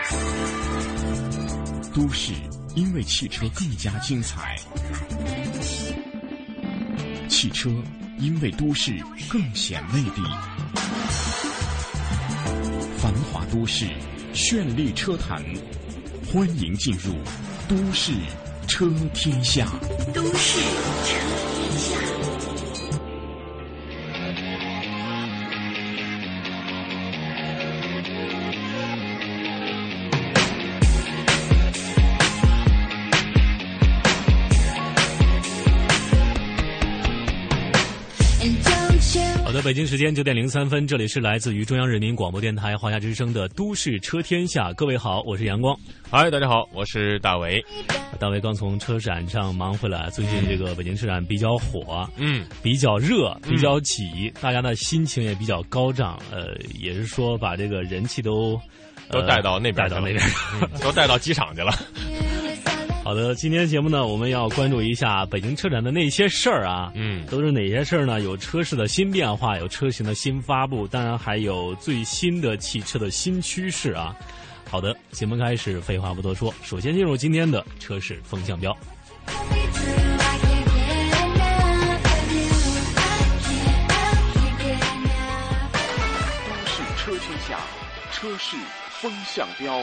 都市因为汽车更加精彩，汽车因为都市更显魅力。繁华都市，绚丽车坛，欢迎进入都市车天下。 都市车天下。 好的，北京时间9点03分，这里是来自于中央人民广播电台华夏之声的都市车天下。各位好，我是阳光。 嗨，大家好，我是大为。 大为刚从车展上忙回来，最近这个北京车展比较火，比较热，比较挤，大家的心情也比较高涨，也是说把这个人气都带到那边，都带到机场去了。 好的，今天节目呢，我们要关注一下北京车展的那些事儿啊，都是哪些事儿呢？有车市的新变化，有车型的新发布，当然还有最新的汽车的新趋势啊。好的，节目开始，废话不多说，首先进入今天的车市风向标。 都市车天下，车市风向标。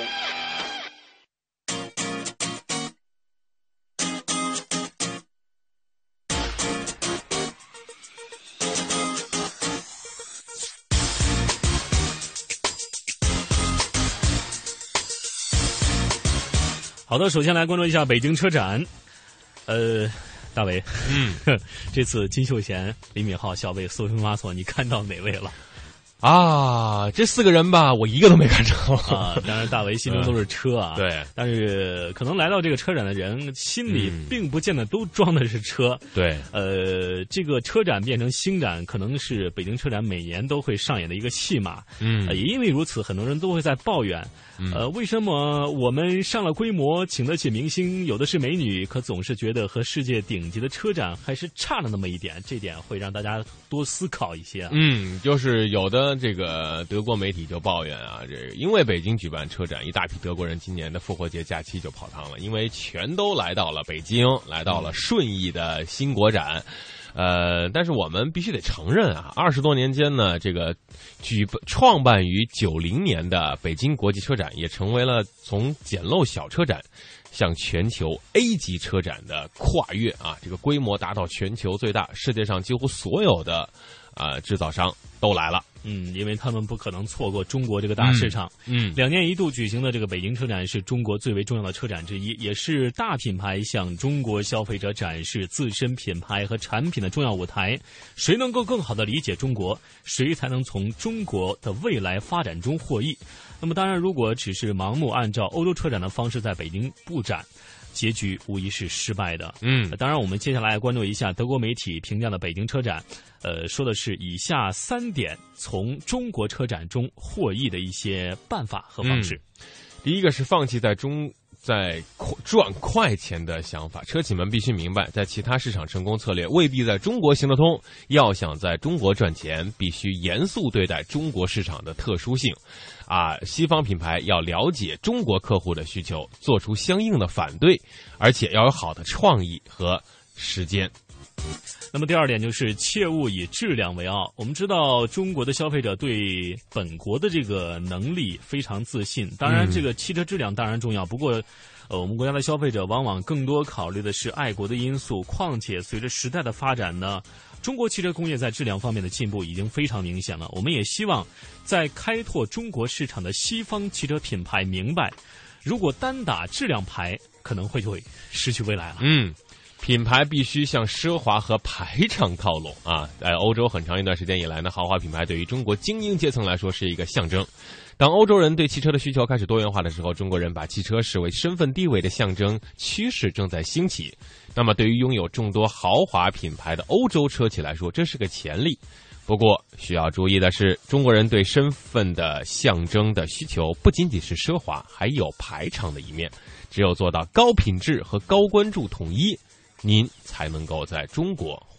好的，首先来关注一下北京车展。大伟，这次金秀贤、李敏镐、小伟、苏菲玛索，你看到哪位了？ 啊，这4个人吧，我一个都没看着啊。当然，大为心中都是车啊。 对， 但是可能来到这个车展的人心里并不见得都装的是车。 对， 这个车展变成星展，可能是北京车展每年都会上演的一个戏码。也因为如此，很多人都会在抱怨。为什么我们上了规模，请得起明星，有的是美女，可总是觉得和世界顶级的车展还是差了那么一点？这点会让大家多思考一些。 就是有的这个德国媒体就抱怨啊，这个因为北京举办车展，一大批德国人今年的复活节假期就泡汤了，因为全都来到了北京，来到了顺义的新国展。但是我们必须得承认啊，20多年间呢，这个创办于90年的北京国际车展，也成为了从简陋小车展向全球 A 级车展的跨越啊，这个规模达到全球最大，世界上几乎所有的制造商都来了。 因为他们不可能错过中国这个大市场。2年一度举行的这个北京车展是中国最为重要的车展之一，也是大品牌向中国消费者展示自身品牌和产品的重要舞台。谁能够更好地理解中国，谁才能从中国的未来发展中获益。那么当然，如果只是盲目按照欧洲车展的方式在北京布展，结局无疑是失败的。当然我们接下来关注一下德国媒体评价的北京车展，说的是以下3点从中国车展中获益的一些办法和方式。 第一个是放弃在赚快钱的想法，车企们必须明白，在其他市场成功策略未必在中国行得通，要想在中国赚钱，必须严肃对待中国市场的特殊性。西方品牌要了解中国客户的需求，做出相应的反对，而且要有好的创意和时间。 那么第2点就是切勿以质量为傲。我们知道中国的消费者对本国的这个能力非常自信，当然这个汽车质量当然重要，不过我们国家的消费者往往更多考虑的是爱国的因素，况且随着时代的发展呢，中国汽车工业在质量方面的进步已经非常明显了。我们也希望在开拓中国市场的西方汽车品牌明白，如果单打质量牌，可能会失去未来了。 品牌必须向奢华和排场靠拢啊！在欧洲很长一段时间以来呢，豪华品牌对于中国精英阶层来说是一个象征。当欧洲人对汽车的需求开始多元化的时候，中国人把汽车视为身份地位的象征，趋势正在兴起。那么对于拥有众多豪华品牌的欧洲车企来说，这是个潜力。不过需要注意的是，中国人对身份的象征的需求不仅仅是奢华，还有排场的一面。只有做到高品质和高关注统一，您才能够在中国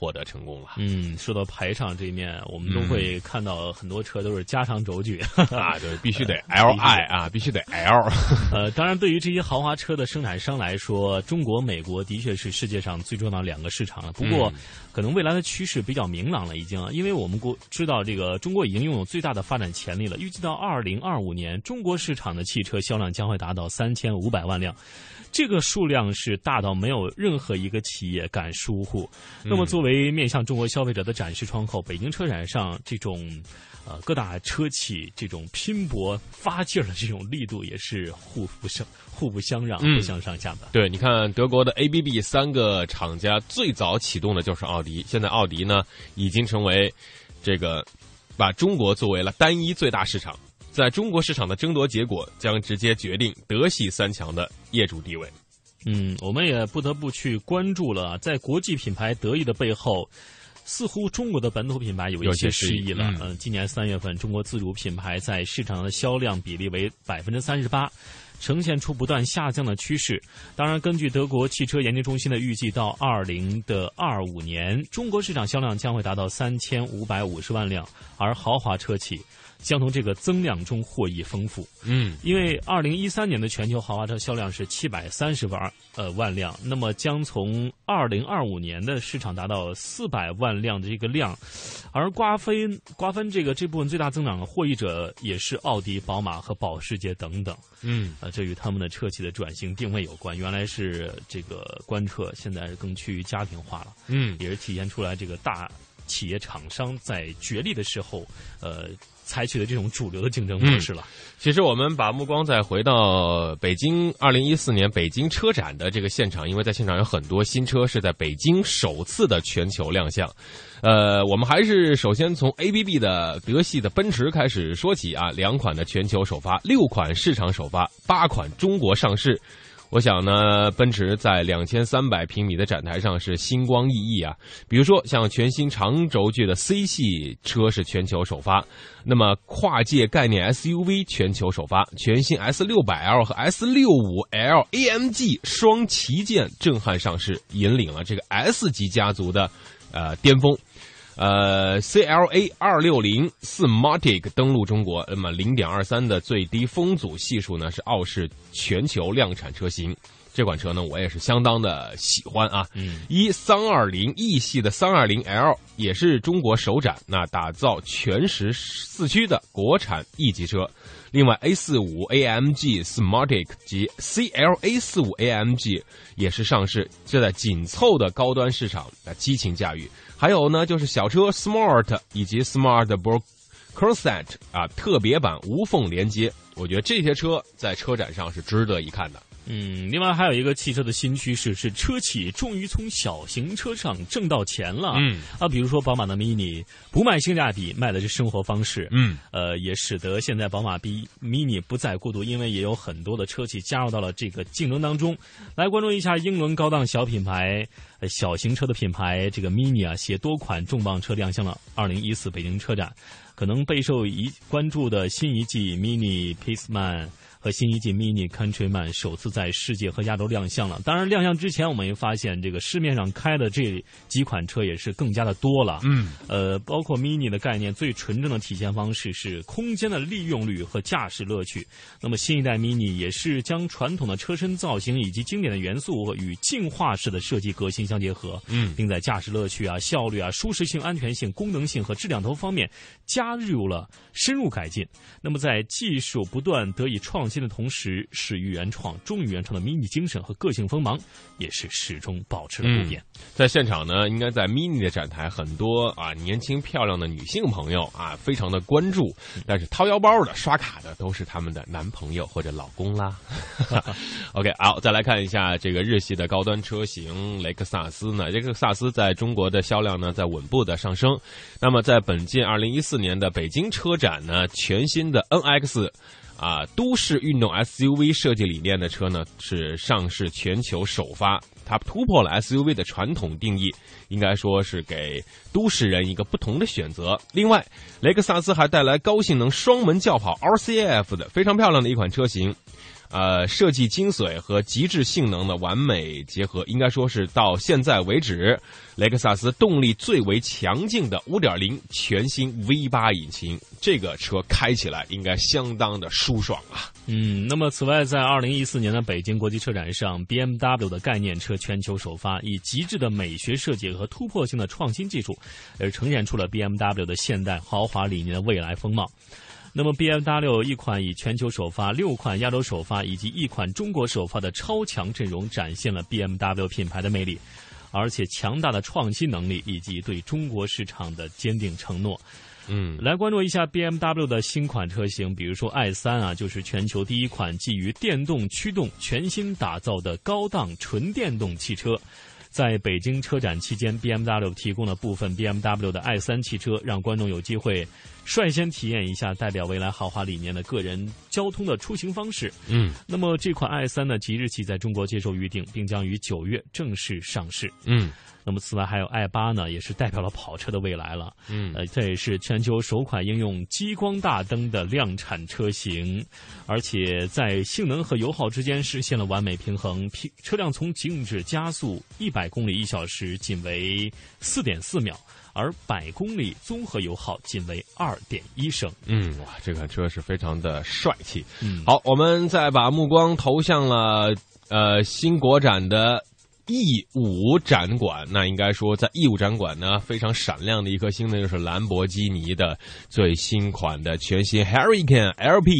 获得成功了。 说到排场这一面，我们都会看到很多车都是加长轴距啊，对，必须得 Li 啊，必须得 L。 当然，对于这些豪华车的生产商来说，中国、美国的确是世界上最重要的2个市场了。不过，可能未来的趋势比较明朗了，已经，因为我们知道这个中国已经拥有最大的发展潜力了。预计到2025年，中国市场的汽车销量将会达到3500万辆。这个数量是大到没有任何一个企业敢疏忽。那么，作为面向中国消费者的展示窗口，北京车展上这种各大车企这种拼搏发劲儿的这种力度，也是互不相让、不相上下的。 对，你看德国的 ABB 3个厂家最早启动的就是奥迪，现在奥迪呢已经成为这个把中国作为了单一最大市场。在中国市场的争夺结果将直接决定德系3强的业主地位。 我们也不得不去关注了，在国际品牌得意的背后，似乎中国的本土品牌有一些失意了。今年3月份，中国自主品牌在市场的销量比例为38%。呈现出不断下降的趋势。当然，根据德国汽车研究中心的预计，到2025年，中国市场销量将会达到3550万辆，而豪华车企将从这个增量中获益丰富。因为2013年的全球豪华车销量是730万辆，那么将从2025年的市场达到400万辆的这个量，而瓜分这部分最大增长的获益者也是奥迪、宝马和保时捷等等。这与他们的车企的转型定位有关。原来是这个官车，现在是更趋于家庭化了。也是体现出来这个大企业厂商在角力的时候，采取的这种主流的竞争模式了。 其实我们把目光再回到北京2014年北京车展的这个现场，因为在现场有很多新车是在北京首次的全球亮相。我们还是首先从 ABB 的德系的奔驰开始说起啊，2款的全球首发，6款市场首发，8款中国上市。我想呢，奔驰在2300平米的展台上是星光熠熠啊。比如说，像全新长轴距的 C 系车是全球首发，那么跨界概念 SUV 全球首发，全新 S600L 和 S65L AMG 双旗舰震撼上市，引领了这个 S 级家族的巅峰。CLA 260 Smartic 登陆中国，那么 0.23 的最低风阻系数呢是傲视全球量产车型。这款车呢我也是相当的喜欢啊。320 E 系的 320L 也是中国首展，那打造全时4驱的国产 E 级车。另外 A45 AMG Smartic 及 CLA 45 AMG 也是上市，这在紧凑的高端市场的激情驾驭。还有呢，就是小车 Smart 以及 Smart Crossset 啊，特别版无缝连接，我觉得这些车在车展上是值得一看的。 另外还有一个汽车的新趋势是车企终于从小型车上挣到钱了。比如说宝马的 Mini 不卖性价比，卖的是生活方式。也使得现在宝马比 Mini 不再孤独，因为也有很多的车企加入到了这个竞争当中。来关注一下英伦高档小品牌小型车的品牌这个 Mini 啊，携多款重磅车亮相了2014北京车展。可能备受关注的新一季 Mini Paceman和新一季 Mini Countryman 首次在世界和亚洲亮相了。当然，亮相之前我们也发现，这个市面上开的这几款车也是更加的多了。包括 Mini 的概念最纯正的体现方式是空间的利用率和驾驶乐趣。那么新一代 Mini 也是将传统的车身造型以及经典的元素与进化式的设计革新相结合，并在驾驶乐趣啊、效率啊、舒适性、安全性、功能性和质量等方面加入了深入改进。那么在技术不断得以创新的同时，始于原创、忠于原创的 Mini 精神和个性锋芒也是始终保持了不变。 在现场呢，应该在 Mini 的展台，很多年轻漂亮的女性朋友非常的关注，但是掏腰包的、刷卡的都是他们的男朋友或者老公啦。OK， 好，再来看一下这个日系的高端车型雷克萨斯呢，雷克萨斯在中国的销量呢在稳步的上升。那么在本届2014年的北京车展呢，全新的 NX都市运动 SUV 设计理念的车呢是上市全球首发，它突破了 SUV 的传统定义，应该说是给都市人一个不同的选择。另外，雷克萨斯还带来高性能双门轿跑 RCF 的非常漂亮的一款车型设计精髓和极致性能的完美结合，应该说是到现在为止雷克萨斯动力最为强劲的 5.0 全新 V8 引擎，这个车开起来应该相当的舒爽啊。 那么此外，在2014年的北京国际车展上 ，BMW 的概念车全球首发，以极致的美学设计和突破性的创新技术，而呈现出了 BMW 的现代豪华理念的未来风貌。那么 BMW 一款以全球首发、6款亚洲首发以及1款中国首发的超强阵容，展现了 BMW 品牌的魅力，而且强大的创新能力以及对中国市场的坚定承诺。来关注一下 BMW 的新款车型，比如说 i3 啊，就是全球第一款基于电动驱动全新打造的高档纯电动汽车。在北京车展期间 ，BMW 提供了部分 BMW 的 i3 汽车，让观众有机会率先体验一下代表未来豪华理念的个人交通的出行方式。那么这款 i3 呢，即日起在中国接受预定，并将于9月正式上市。那么此外还有 i8 呢，也是代表了跑车的未来了。这也是全球首款应用激光大灯的量产车型，而且在性能和油耗之间实现了完美平衡。车辆从静止加速100公里1小时仅为4.4秒，而100公里综合油耗仅为2.1升。 哇，这款车是非常的帅气。好，我们再把目光投向了新国展的E5展馆。那应该说在E5展馆呢，非常闪亮的一颗星呢，就是兰博基尼的最新款的全新 Huracan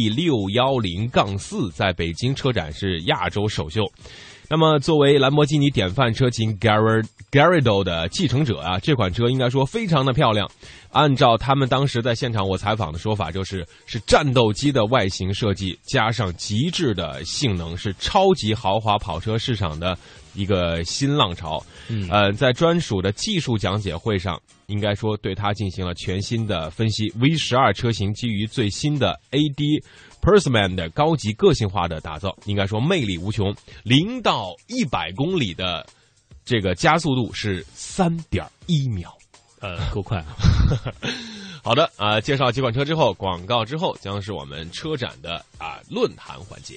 LP610-4，在北京车展是亚洲首秀。那么作为兰博基尼典范车型 Gallardo 的继承者啊，这款车应该说非常的漂亮。按照他们当时在现场我采访的说法，是战斗机的外形设计加上极致的性能，是超级豪华跑车市场的一个新浪潮。在专属的技术讲解会上，应该说对它进行了全新的分析。V12 车型基于最新的 AD-Persimmon 的高级个性化的打造，应该说魅力无穷。0到100公里的这个加速度是3.1秒。 够快啊！ 好的介绍几款车之后，广告之后将是我们车展的论坛环节。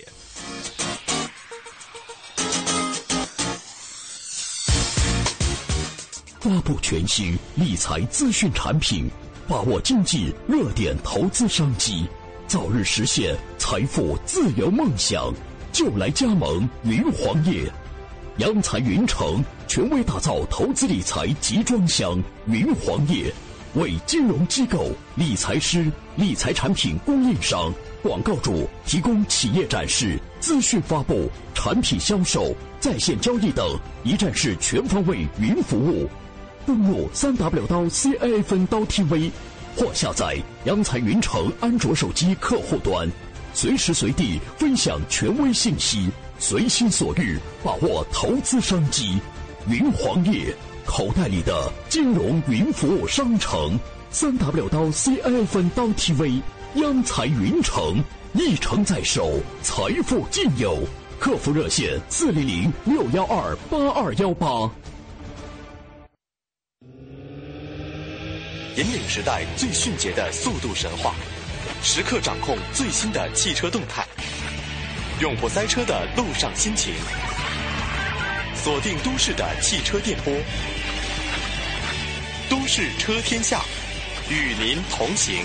发布全新理财资讯产品，把握经济热点投资商机，早日实现财富自由梦想，就来加盟云黄业。央财云城权威打造投资理财集装箱云黄业，为金融机构、理财师、理财产品供应商、广告主提供企业展示、资讯发布、产品销售、在线交易等一站式全方位云服务。登录3w.cifn.tv 或下载央财云城安卓手机客户端，随时随地分享权威信息，随心所欲把握投资商机。云黄业，口袋里的金融云服务商城。3w.cifn.tv 央财云城，一城在手，财富尽有。客服热线400-612-8218。 引领时代最迅捷的速度神话，时刻掌控最新的汽车动态，永不塞车的路上心情，锁定都市的汽车电波，都市车天下，与您同行。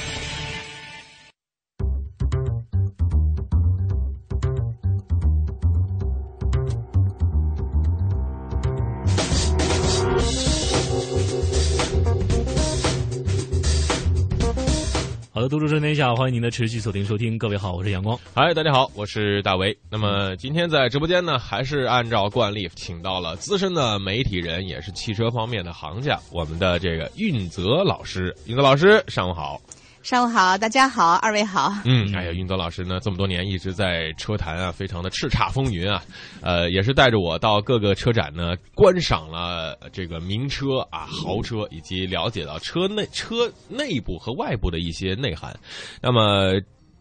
好的，都市车天下，欢迎您的持续锁定收听。各位好，我是阳光。 嗨，大家好，我是大为。那么今天在直播间呢，还是按照惯例，请到了资深的媒体人，也是汽车方面的行家，我们的这个运泽老师。运泽老师，上午好。 上午好，大家好，二位好。 哎呀，运泽老师呢，这么多年一直在车坛啊，非常的叱咤风云啊，也是带着我到各个车展呢，观赏了这个名车啊、豪车，以及了解到车内部和外部的一些内涵。那么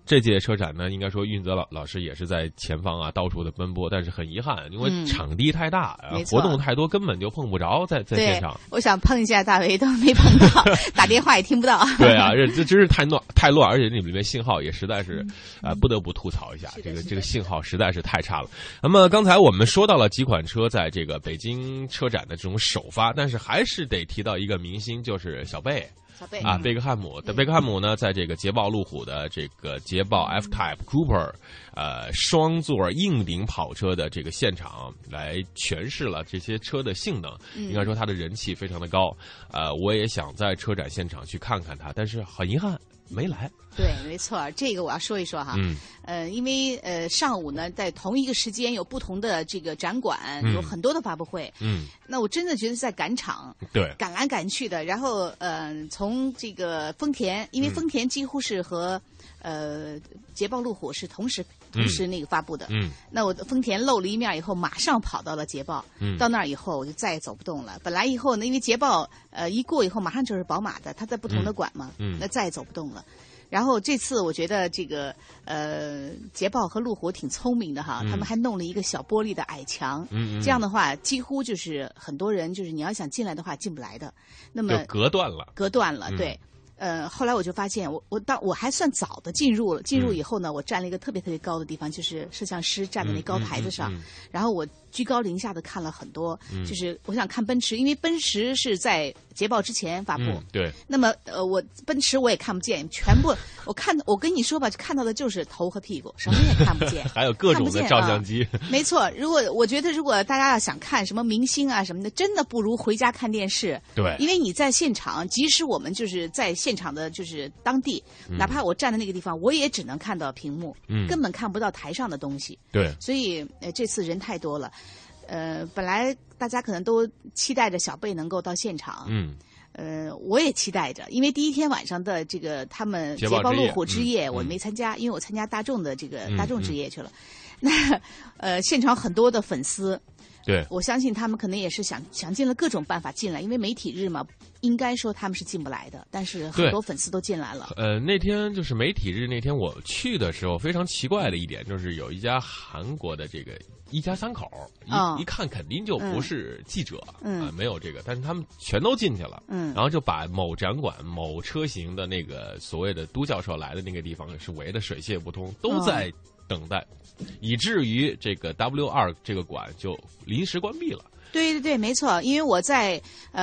这届车展呢，应该说运泽老师也是在前方啊，到处的奔波，但是很遗憾，因为场地太大，活动太多，根本就碰不着在现场。 我想碰一下大为都没碰到，打电话也听不到。 对啊，这真是太乱，而且那里面信号也实在是不得不吐槽一下，这个信号实在是太差了。那么刚才我们说到了几款车在这个北京车展的这种首发，但是还是得提到一个明星，就是小贝。贝克汉姆的贝克汉姆呢，在这个捷豹路虎的这个捷豹 F-Type Cooper，双座硬顶跑车的这个现场来诠释了这些车的性能。应该说它的人气非常的高。我也想在车展现场去看看它，但是很遗憾没来。 对，没错，这个我要说一说哈。因为上午呢，在同一个时间有不同的这个展馆，有很多的发布会。那我真的觉得在赶场， 对， 赶来赶去的。然后从这个丰田，因为丰田几乎是和捷豹路虎是同时那个发布的。那我丰田露了一面以后，马上跑到了捷豹。到那儿以后，我就再也走不动了。本来以后呢，因为捷豹一过以后，马上就是宝马的，它在不同的馆嘛，那再也走不动了。然后这次我觉得这个捷豹和路虎挺聪明的哈，他们还弄了一个小玻璃的矮墙，这样的话几乎就是很多人就是你要想进来的话进不来的，那么隔断了， 对。后来我就发现，我还算早的进入以后呢，我站了一个特别特别高的地方，就是摄像师站在那高台子上，然后我居高临下的看了很多，就是我想看奔驰，因为奔驰是在捷豹之前发布， 对。 那么我奔驰我也看不见，全部我跟你说吧，看到的就是头和屁股，什么也看不见， 还有各种的照相机。 没错，我觉得如果大家要想看什么明星啊什么的，真的不如回家看电视。 对， 因为你在现场，即使我们就是在现场的，就是当地，哪怕我站在那个地方，我也只能看到屏幕，根本看不到台上的东西。 对， 所以这次人太多了。本来大家可能都期待着小贝能够到现场，我也期待着，因为第一天晚上的这个他们捷豹路虎之夜我没参加，因为我参加大众的这个大众之夜去了。那现场很多的粉丝， 对， 我相信他们可能也是想尽了各种办法进来，因为媒体日嘛，应该说他们是进不来的，但是很多粉丝都进来了。 那天就是媒体日那天我去的时候，非常奇怪的一点就是有一家韩国的这个一家三口，一看肯定就不是记者，没有这个，但是他们全都进去了，然后就把某展馆某车型的那个所谓的都教授来的那个地方是围得水泄不通，都在等待，以至于这个 W2 这个馆就临时关闭了。 对，没错，因为我在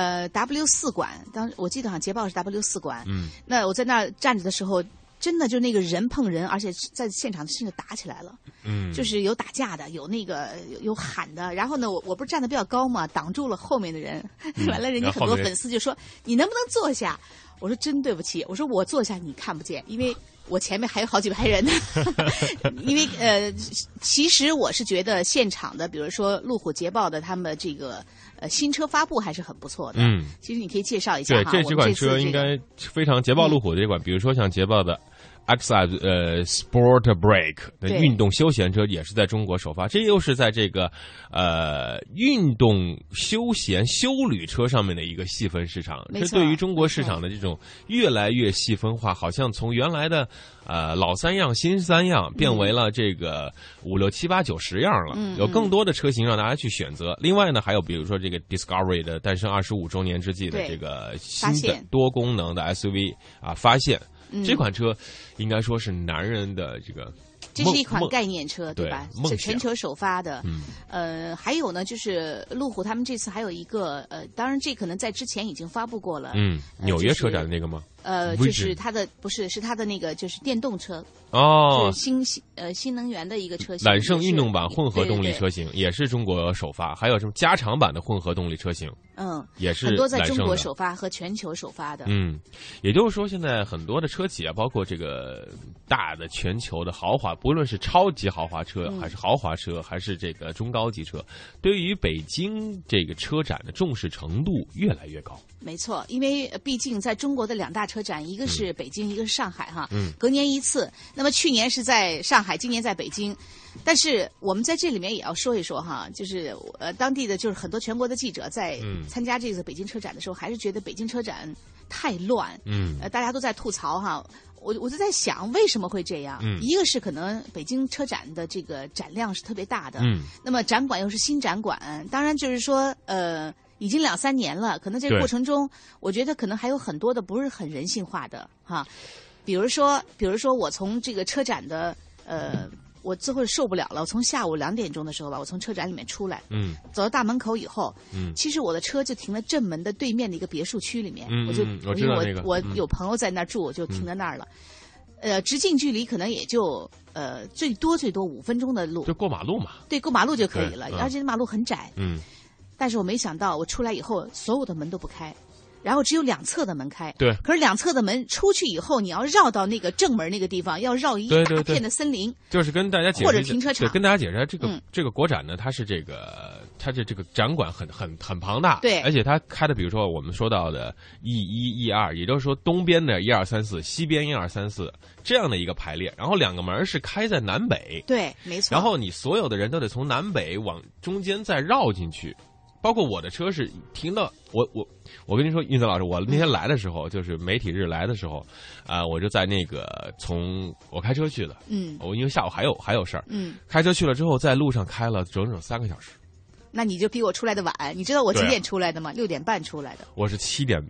W4馆，我记得好像捷豹是 W4馆，那我在那儿站着的时候，真的就那个人碰人，而且在现场甚至打起来了，就是有打架的，有那个有喊的，然后呢，我不是站得比较高嘛，挡住了后面的人，完了人家很多粉丝就说你能不能坐下？我说真对不起，我说我坐下你看不见，因为我前面还有好几排人呢。因为其实我是觉得现场的，比如说路虎捷豹的他们这个新车发布还是很不错的。其实你可以介绍一下哈。 对，这几款车应该非常捷豹路虎的这款，比如说像捷豹的X-Drive Sport Break 的运动休闲车也是在中国首发，这又是在这个运动休闲休旅车上面的一个细分市场。这对于中国市场的这种越来越细分化，好像从原来的老三样新三样变为了这个5、6、7、8、9、10样了，有更多的车型让大家去选择。另外呢，还有比如说这个 Discovery 的诞生25周年之际的这个新的多功能的 SUV 发现。这款车应该说是男人的这个这是一款概念车，对吧？ 是全球首发的。还有呢，就是路虎他们这次还有一个当然这可能在之前已经发布过了。 纽约车展的那个吗？ 就是它的不是，是它的那个就是电动车就是新能源的一个车型， 揽胜运动版混合动力车型也是中国首发，还有什么加长版的混合动力车型，也是很多在中国首发和全球首发的。 也就是说，现在很多的车企啊，包括这个大的全球的豪华，不论是超级豪华车，还是豪华车，还是这个中高级车，对于北京这个车展的重视程度越来越高。 没错，因为毕竟在中国的2大车展，一个是北京，一个是上海哈，隔年一次。那么去年是在上海，今年在北京。 但是我们在这里面也要说一说哈，就是当地的就是很多全国的记者在参加这个北京车展的时候，还是觉得北京车展太乱，大家都在吐槽哈。我就在想，为什么会这样？一个是可能北京车展的这个展量是特别大的，那么展馆又是新展馆，当然就是说已经2-3年了，可能这个过程中，我觉得可能还有很多的不是很人性化的哈，比如说我从这个车展的我最后受不了了，我从下午2点钟的时候吧，我从车展里面出来，走到大门口以后，其实我的车就停在正门的对面的一个别墅区里面， 我知道那个， 我有朋友在那儿住，我就停在那儿了。直径距离可能也就最多5分钟的路， 就过马路嘛。 对，过马路就可以了，而且马路很窄。但是我没想到，我出来以后，所有的门都不开。然后只有2侧的门开， 对。 可是2侧的门出去以后，你要绕到那个正门那个地方，要绕一大片的森林， 就是跟大家解释或者停车场， 对，跟大家解释这个国展呢，它是这个展馆很庞大， 对， 而且它开的，比如说我们说到的E1、E2，也就是说东边的1、2、3、4，西边1、2、3、4这样的一个排列，然后2个门是开在南北， 对，没错。 然后你所有的人都得从南北往中间再绕进去。包括我的车是停到我跟您说，运泽老师，我那天来的时候，就是媒体日来的时候，我就在那个我开车去的，我因为下午还有事儿，开车去了之后，在路上开了整整3个小时。 那你就比我出来的晚，你知道我几点出来的吗？6点半出来的。 我是7点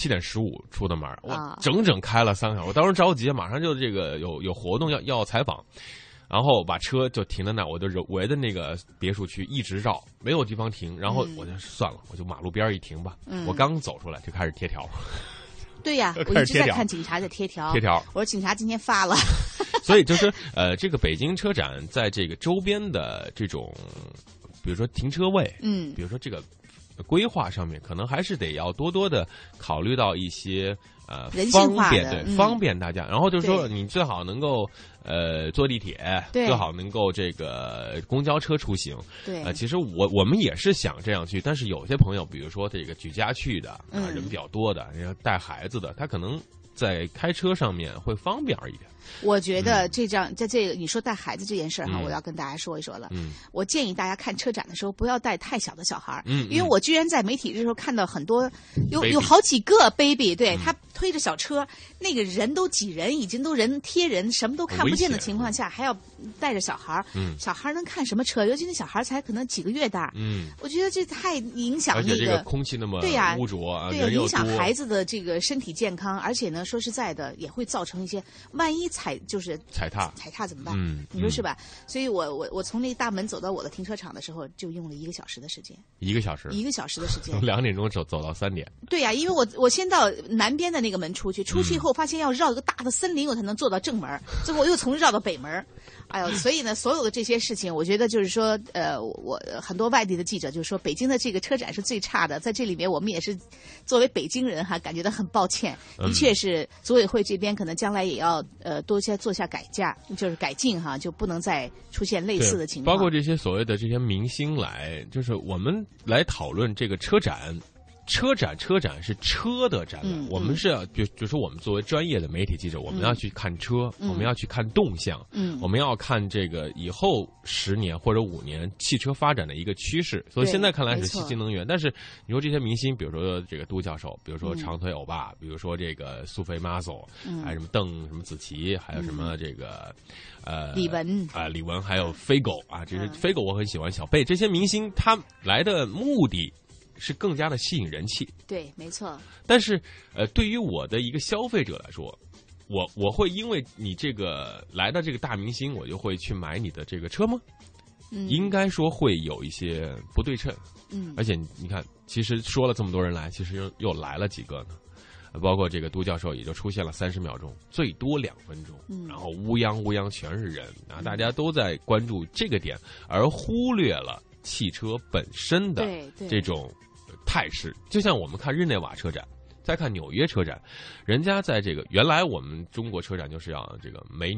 15出的门，我整整开了3个小时。我当时着急，马上就这个有活动要采访。然后把车就停在那儿，我就围着那个别墅区一直绕，没有地方停。然后我就算了，我就马路边一停吧。我刚走出来就开始贴条。 对呀，我一直在看警察在贴条。我说警察今天发了。 所以就是这个北京车展在这个周边的这种，比如说停车位，比如说这个规划上面，可能还是得要多的考虑到一些方便，对，方便大家。然后就是说，你最好能够坐地铁，最好能够这个公交车出行。 对， 其实我们也是想这样去，但是有些朋友，比如说这个举家去的人比较多的，人家带孩子的，他可能在开车上面会方便一点。 我觉得在这个你说带孩子这件事儿哈，我要跟大家说一说了。我建议大家看车展的时候不要带太小的小孩，因为我居然在媒体的时候看到很多有好几个 baby， 对，他推着小车，那个人都挤人，已经都人贴人，什么都看不见的情况下，还要带着小孩，小孩能看什么车？尤其那小孩才可能几个月大，我觉得这太影响那个空气那么污浊啊， 对呀，影响孩子的这个身体健康，而且呢，说实在的，也会造成一些万一踩踏怎么办？你说是吧？所以我从那个大门走到我的停车场的时候，就用了1个小时的时间。1 个小时的时间， 从2点钟走到3点。 对呀，因为我先到南边的那个门出去以后发现要绕一个大的森林，我才能坐到正门，最后我又从绕到北门。哎呦，所以呢，所有的这些事情，我觉得就是说，我很多外地的记者就说，北京的这个车展是最差的，在这里面我们也是作为北京人哈，感觉到很抱歉。的确是组委会这边可能将来也要多做下改进哈，就不能再出现类似的情况。 包括这些所谓的这些明星来，就是我们来讨论这个车展。车展是车的展览，我们是要就是我们作为专业的媒体记者，我们要去看车，我们要去看动向，我们要看这个以后10年或者5年汽车发展的一个趋势。所以现在看来是新兴能源，但是你说这些明星，比如说这个都教授，比如说长腿欧巴，比如说这个苏菲玛索，还有什么什么子琪，还有什么这个李玟李玟，还有飞狗啊，这些飞狗我很喜欢，小贝这些明星，他来的目的是更加的吸引人气， 对，没错。 但是，对于我的一个消费者来说，我会因为你这个来的这个大明星，我就会去买你的这个车吗？应该说会有一些不对称。而且你看，其实说了这么多人来，其实又来了几个呢？包括这个都教授也就出现了30秒钟，最多2分钟，然后乌泱全是人啊，大家都在关注这个点，而忽略了汽车本身的这种态势。就像我们看日内瓦车展，再看纽约车展，人家在这个原来我们中国车展就是要这个美女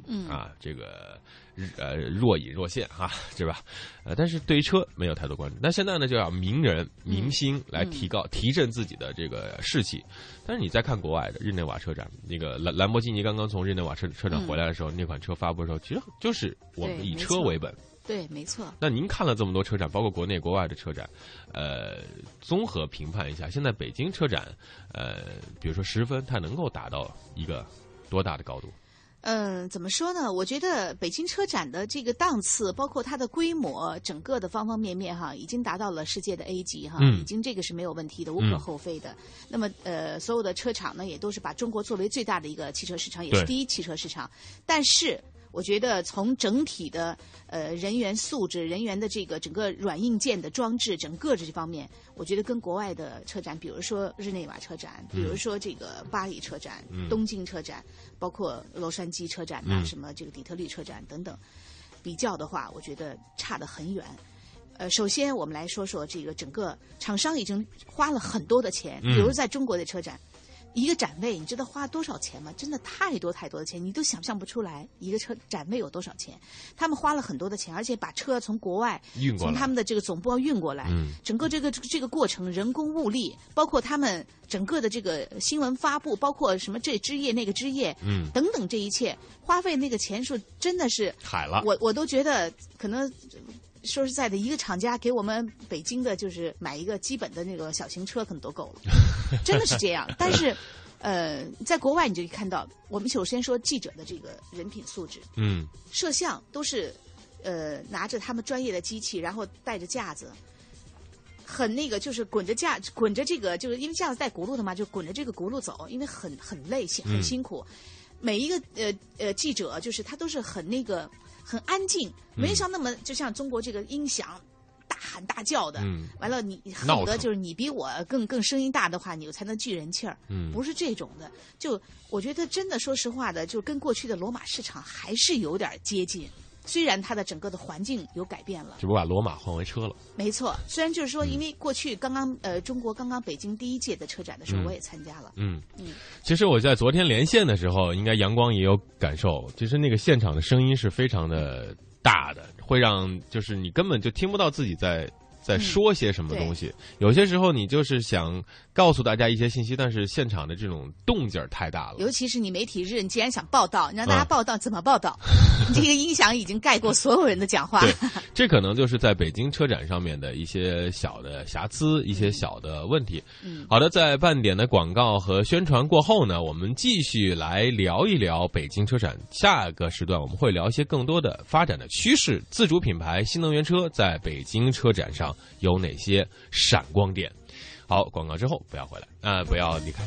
这个若隐若现哈，是吧？但是对于车没有太多关注。那现在呢，就要名人、明星来提振自己的这个士气。但是你再看国外的日内瓦车展，那个兰博基尼刚刚从日内瓦车展回来的时候，那款车发布的时候，其实就是我们以车为本。 对，没错。 那您看了这么多车展，包括国内国外的车展，综合评判一下，现在北京车展，比如说10分，它能够达到一个多大的高度？ 怎么说呢？我觉得北京车展的这个档次，包括它的规模，整个的方方面面哈，已经达到了世界的 A 级哈，已经这个是没有问题的，无可厚非的。那么所有的车厂呢，也都是把中国作为最大的一个汽车市场，也是第一汽车市场。但是我觉得从整体的人员素质、人员的这个整个软硬件的装置，整个这方面，我觉得跟国外的车展，比如说日内瓦车展，比如说这个巴黎车展、东京车展，包括洛杉矶车展呐，什么这个底特律车展等等，比较的话，我觉得差得很远。首先我们来说说这个整个厂商已经花了很多的钱，比如在中国的车展。一个展位，你知道花多少钱吗？真的太多太多的钱，你都想象不出来一个车展位有多少钱。他们花了很多的钱，而且把车从国外从他们的这个总部运过来，整个这个过程，人工物力，包括他们整个的这个新闻发布，包括什么这枝叶那个枝叶，等等，这一切花费那个钱数真的是海了。 我都觉得可能。说实在的，一个厂家给我们北京的，就是买一个基本的那个小型车，可能都够了，真的是这样。但是，在国外你就看到，我们首先说记者的这个人品素质，摄像都是，拿着他们专业的机器，然后带着架子，很那个就是滚着这个，就是因为架子带轱辘的嘛，就滚着这个轱辘走，因为很累，很辛苦。每一个记者就是他都是很那个。很安静，没像那么就像中国这个音响大喊大叫的，完了你恨不得就是你比我更声音大的话，你才能聚人气儿，不是这种的。就我觉得真的说实话的，就跟过去的罗马市场还是有点接近。虽然它的整个的环境有改变了， 只不过把罗马换为车了。 没错，虽然就是说，因为过去中国刚刚北京第一届的车展的时候，我也参加了。 其实我在昨天连线的时候，应该阳光也有感受，其实那个现场的声音是非常的大的，会让就是你根本就听不到自己在说些什么东西。有些时候你就是想告诉大家一些信息，但是现场的这种动静太大了。 尤其是你媒体日，你既然想报道，你让大家报道，怎么报道？这个音响已经盖过所有人的讲话。 对，这可能就是在北京车展上面的一些小的瑕疵，一些小的问题。好的，在半点的广告和宣传过后呢，我们继续来聊一聊北京车展。下个时段我们会聊一些更多的发展的趋势，自主品牌新能源车在北京车展上有哪些闪光点？好，广告之后不要回来，不要离开。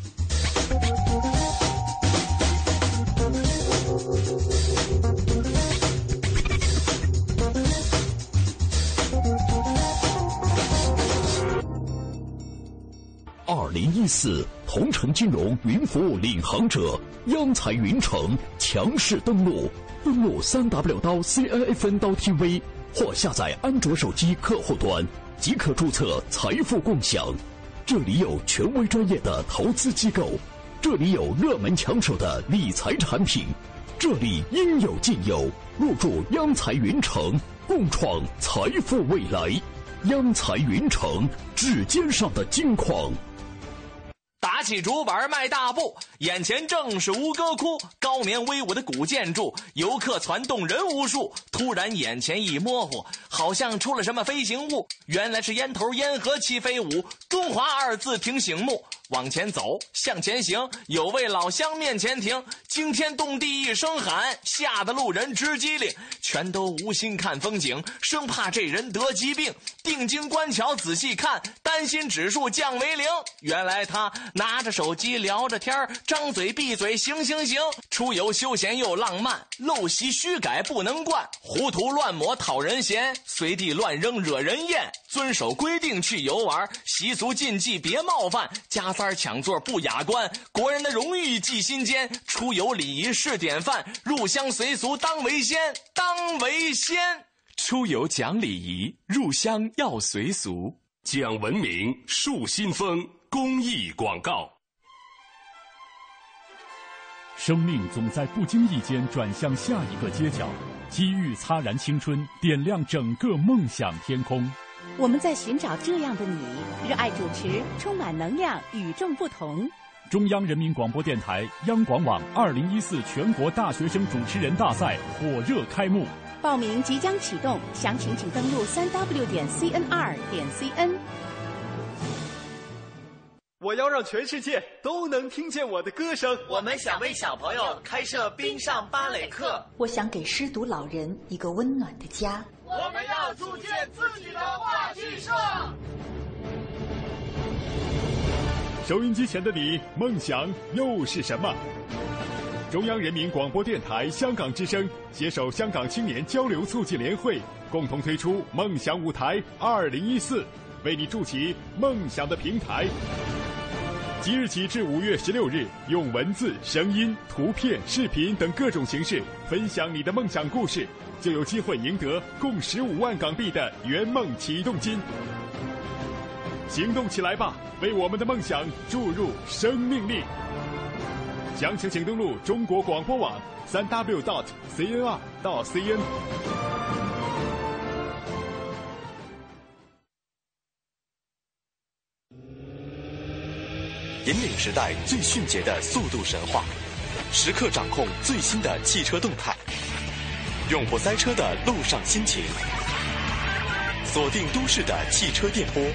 2014同城金融云服务领航者央财云城强势登陆3w.cifn.tv 或下载安卓手机客户端即可注册财富共享。这里有权威专业的投资机构，这里有热门抢手的理财产品，这里应有尽有。入驻央财云城，共创财富未来。央财云城，指尖上的金矿。 打起竹板迈大步，眼前正是吴哥窟，高棉威武的古建筑，游客攒动人无数。突然眼前一模糊，好像出了什么飞行物，原来是烟头烟盒齐飞舞，中华二字挺醒目。往前走，向前行，有位老乡面前停，惊天动地一声喊，吓得路人直机灵，全都无心看风景，生怕这人得疾病。定睛观瞧仔细看，担心指数降为0，原来他拿着手机聊着天，张嘴闭嘴行，出游休闲又浪漫，陋习虚改不能惯，糊涂乱抹讨人嫌，随地乱扔惹人厌，遵守规定去游玩，习俗禁忌别冒犯，加塞抢座不雅观，国人的荣誉记心间，出游礼仪是典范，入乡随俗当为先。出游讲礼仪，入乡要随俗， 讲文明树新风公益广告。 生命总在不经意间转向下一个街角，机遇擦燃青春，点亮整个梦想天空。 我们在寻找这样的你，热爱主持，充满能量，与众不同。 中央人民广播电台央广网2014全国大学生主持人大赛火热开幕， 报名即将启动，详情请登录3w.cnr.cn。 我要让全世界都能听见我的歌声。 我们想为小朋友开设冰上芭蕾课。 我想给失独老人一个温暖的家。 我们要组建自己的话剧社。 收音机前的你，梦想又是什么？中央人民广播电台香港之声携手香港青年交流促进联会，共同推出梦想舞台2014，为你筑起梦想的平台。即日起至5月16日，用文字、声音、图片、视频等各种形式分享你的梦想故事，就有机会赢得共15万港币的圆梦启动金。行动起来吧，为我们的梦想注入生命力。详情请登录中国广播网3w.cnr.cn。 引领时代最迅捷的速度神话，时刻掌控最新的汽车动态，用不塞车的路上心情，锁定都市的汽车电波，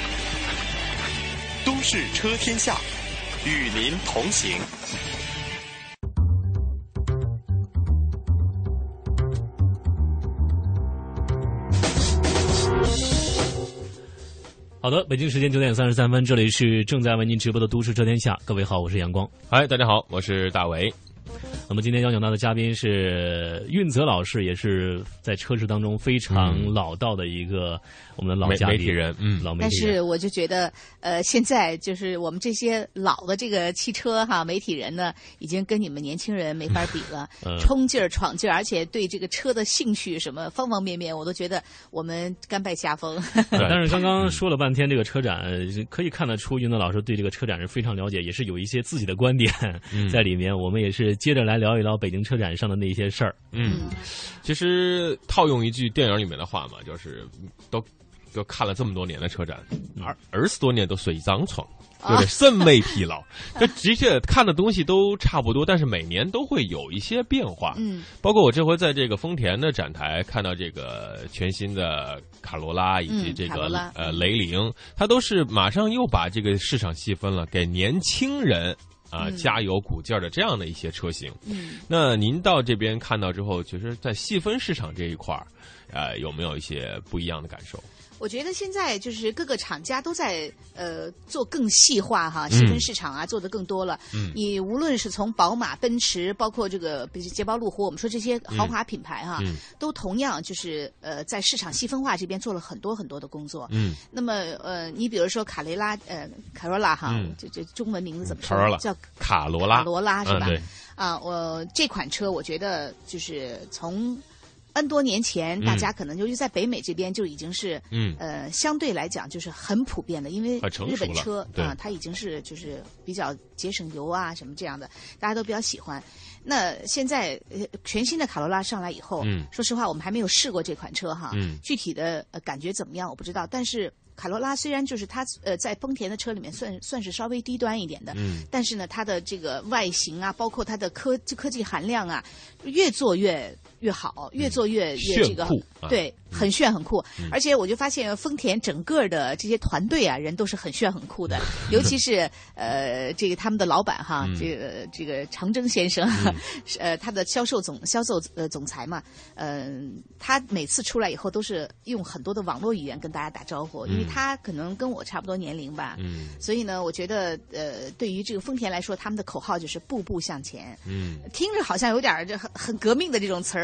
都市车天下，与您同行。 好的，北京时间9点33分，这里是正在为您直播的都市车天下。各位好，我是阳光。 嗨，大家好，我是大伟。 那么今天邀请到的嘉宾是运泽老师，也是在车市当中非常老道的一个我们的老嘉宾媒体人， 老媒体人。 但是我就觉得，现在就是我们这些老的这个汽车媒体人呢，已经跟你们年轻人没法比了，冲劲儿、闯劲儿，而且对这个车的兴趣什么方方面面，我都觉得我们甘拜下风。 但是刚刚说了半天这个车展，可以看得出运泽老师对这个车展是非常了解，也是有一些自己的观点在里面。我们也是接着来聊一聊北京车展上的那些事儿。 其实套用一句电影里面的话嘛，就是都看了这么多年的车展，20多年都水涨船，对不对？甚未疲劳。这的确看的东西都差不多，但是每年都会有一些变化。包括我这回在这个丰田的展台看到这个全新的卡罗拉以及这个雷凌，它都是马上又把这个市场细分了，给年轻人加油鼓劲儿的这样的一些车型。那您到这边看到之后，其实在细分市场这一块有没有一些不一样的感受？ 我觉得现在就是各个厂家都在做更细化细分市场做得更多了。你无论是从宝马、奔驰，包括这个捷豹、路虎，我们说这些豪华品牌都同样就是在市场细分化这边做了很多很多的工作。那么你比如说卡罗拉这中文名字怎么说？叫卡罗拉是吧？ 对我这款车我觉得就是从N 多年前，大家可能由于在北美这边就已经是相对来讲就是很普遍的，因为日本车它已经是就是比较节省油什么这样的，大家都比较喜欢。那现在全新的卡罗拉上来以后，说实话我们还没有试过这款车具体的感觉怎么样我不知道，但是卡罗拉虽然就是它在丰田的车里面算是稍微低端一点的，但是呢它的这个外形包括它的科技含量越做越好，越做越这个对，很炫很酷。而且我就发现丰田整个的这些团队人都是很炫很酷的，尤其是这个他们的老板这个长征先生，他的销售总裁嘛，他每次出来以后都是用很多的网络语言跟大家打招呼，因为他可能跟我差不多年龄吧，所以呢，我觉得对于这个丰田来说，他们的口号就是步步向前。听着好像有点这很革命的这种词儿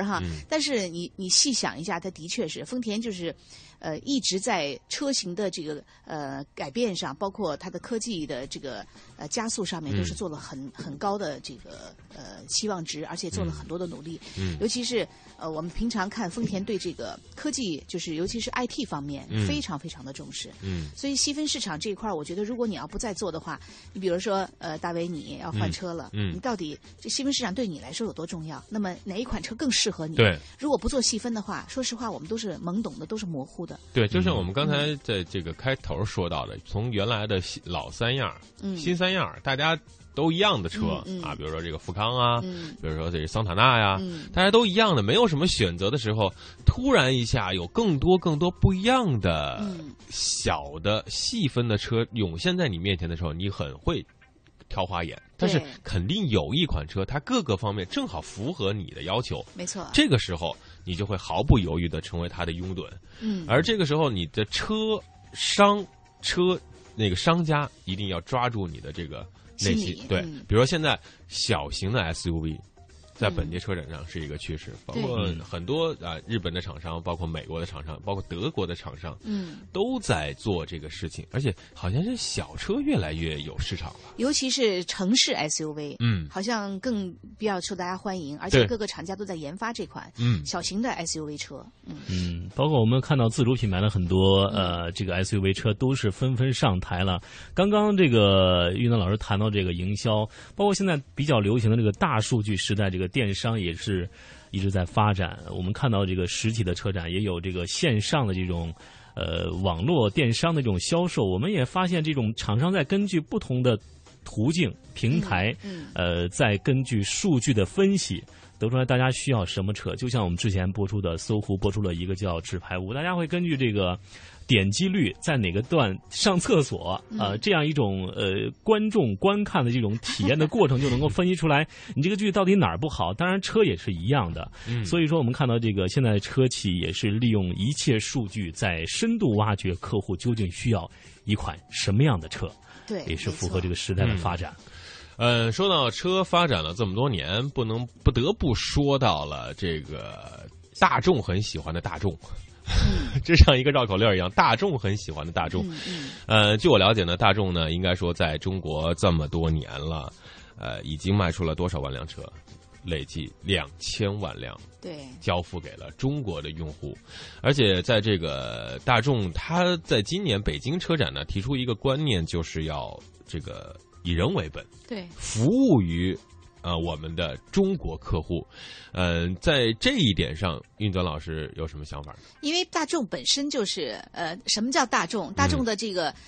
哈。但是你细想一下，它的确是丰田就是一直在车型的这个改变上，包括它的科技的这个加速上面，都是做了很高的这个期望值，而且做了很多的努力。尤其是我们平常看丰田对这个科技，就是尤其是 IT 方面，非常非常的重视。所以细分市场这一块，我觉得如果你要不再做的话，你比如说大为你要换车了，你到底这细分市场对你来说有多重要？那么哪一款车更适合你？ 对， 如果不做细分的话，说实话，我们都是懵懂的，都是模糊的。 对，就像我们刚才在这个开头说到的，从原来的老三样、新三样，大家都一样的车啊，比如说这个富康啊，比如说这个桑塔纳呀，大家都一样的，没有什么选择的时候，突然一下有更多不一样的小的细分的车涌现在你面前的时候，你很会挑花眼，但是肯定有一款车，它各个方面正好符合你的要求， 没错。这个时候你就会毫不犹豫的成为它的拥趸，而这个时候你的车那个商家一定要抓住你的这个内心，对，比如说现在小型的 SUV。在本届车展上是一个趋势，包括很多日本的厂商，包括美国的厂商，包括德国的厂商，都在做这个事情，而且好像是小车越来越有市场了， 尤其是城市 SUV，好像更比较受大家欢迎，而且各个厂家都在研发这款小型的 SUV 车， 包括我们看到自主品牌的很多这个 SUV 车都是纷纷上台了。刚刚这个玉南老师谈到这个营销，包括现在比较流行的这个大数据时代，这个电商也是一直在发展。我们看到这个实体的车展也有这个线上的这种网络电商的这种销售。我们也发现这种厂商在根据不同的途径平台，再根据数据的分析，得出来大家需要什么车。就像我们之前播出的搜狐播出了一个叫纸牌屋，大家会根据这个点击率在哪个段上厕所这样一种观众观看的这种体验的过程，就能够分析出来你这个剧到底哪儿不好。当然车也是一样的，所以说我们看到这个现在的车企也是利用一切数据在深度挖掘客户究竟需要一款什么样的车， 对， 也是符合这个时代的发展。 说到车发展了这么多年，不得不说到了这个大众很喜欢的大众。就像一个绕口令一样，大众很喜欢的大众。据我了解呢，大众呢应该说在中国这么多年了，已经卖出了多少万辆车？累计2000万辆， 对， 交付给了中国的用户。而且在这个大众，它在今年北京车展呢提出一个观念，就是要这个以人为本， 对， 服务于我们的中国客户。在这一点上，运转老师有什么想法呢？ 因为大众本身就是什么叫大众？大众的这个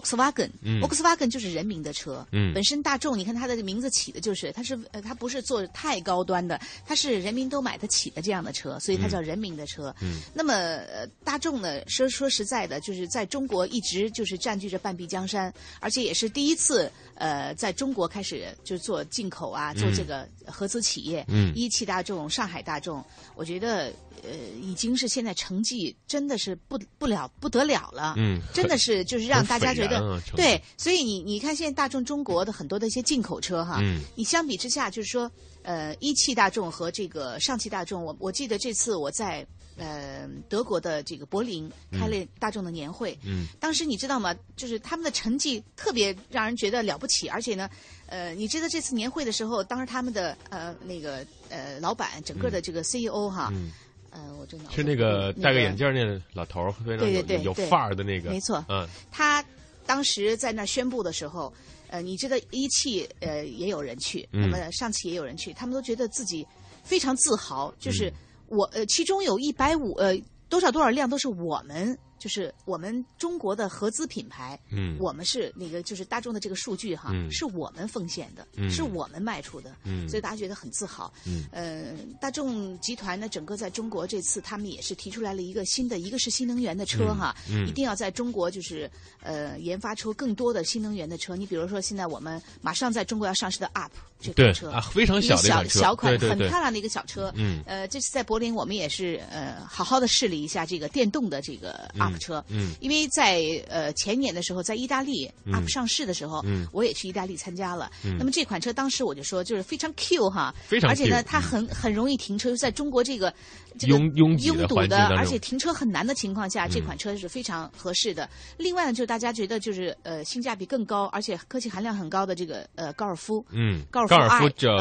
Volkswagen 就是人民的车。本身大众，你看它的名字起的就是，它不是做太高端的，它是人民都买得起的这样的车，所以它叫人民的车。那么大众呢，说实在的，就是在中国一直就是占据着半壁江山，而且也是第一次在中国开始就做进口啊，做这个合资企业，一汽大众、上海大众，我觉得已经是现在成绩真的是不得了了，真的是就是让大家觉得对，所以你看现在大众中国的很多的一些进口车哈，你相比之下就是说一汽大众和这个上汽大众，我记得这次我在德国的这个柏林开了大众的年会，当时你知道吗？就是他们的成绩特别让人觉得了不起，而且呢，你知道这次年会的时候，当时他们的那个老板，整个的这个 CEO 哈，我真的是那个戴个眼镜那个老头儿，非常有范儿的那个， 没错，他当时在那宣布的时候，你知道一汽也有人去，那么上汽也有人去，他们都觉得自己非常自豪，就是其中有150多少辆都是我们。就是我们中国的合资品牌，我们是那个就是大众的这个数据哈，是我们奉献的，是我们卖出的，所以大家觉得很自豪。大众集团呢，整个在中国这次他们也是提出来了一个新的，一个是新能源的车哈，一定要在中国就是研发出更多的新能源的车。你比如说现在我们马上在中国要上市的 UP。 这款车非常小的一款车， 小款， 对， 很漂亮的一个小车。这次在柏林我们也是好好的试了一下这个电动的这个 UP 车。因为在前年的时候在意大利 UP 上市的时候，我也去意大利参加了。那么这款车当时我就说就是非常 Q 哈， 非常 Q， 而且呢它很容易停车，在中国这个拥堵的，而且停车很难的情况下，这款车是非常合适的。另外呢，就是大家觉得就是性价比更高，而且科技含量很高的这个高尔夫，高尔夫叫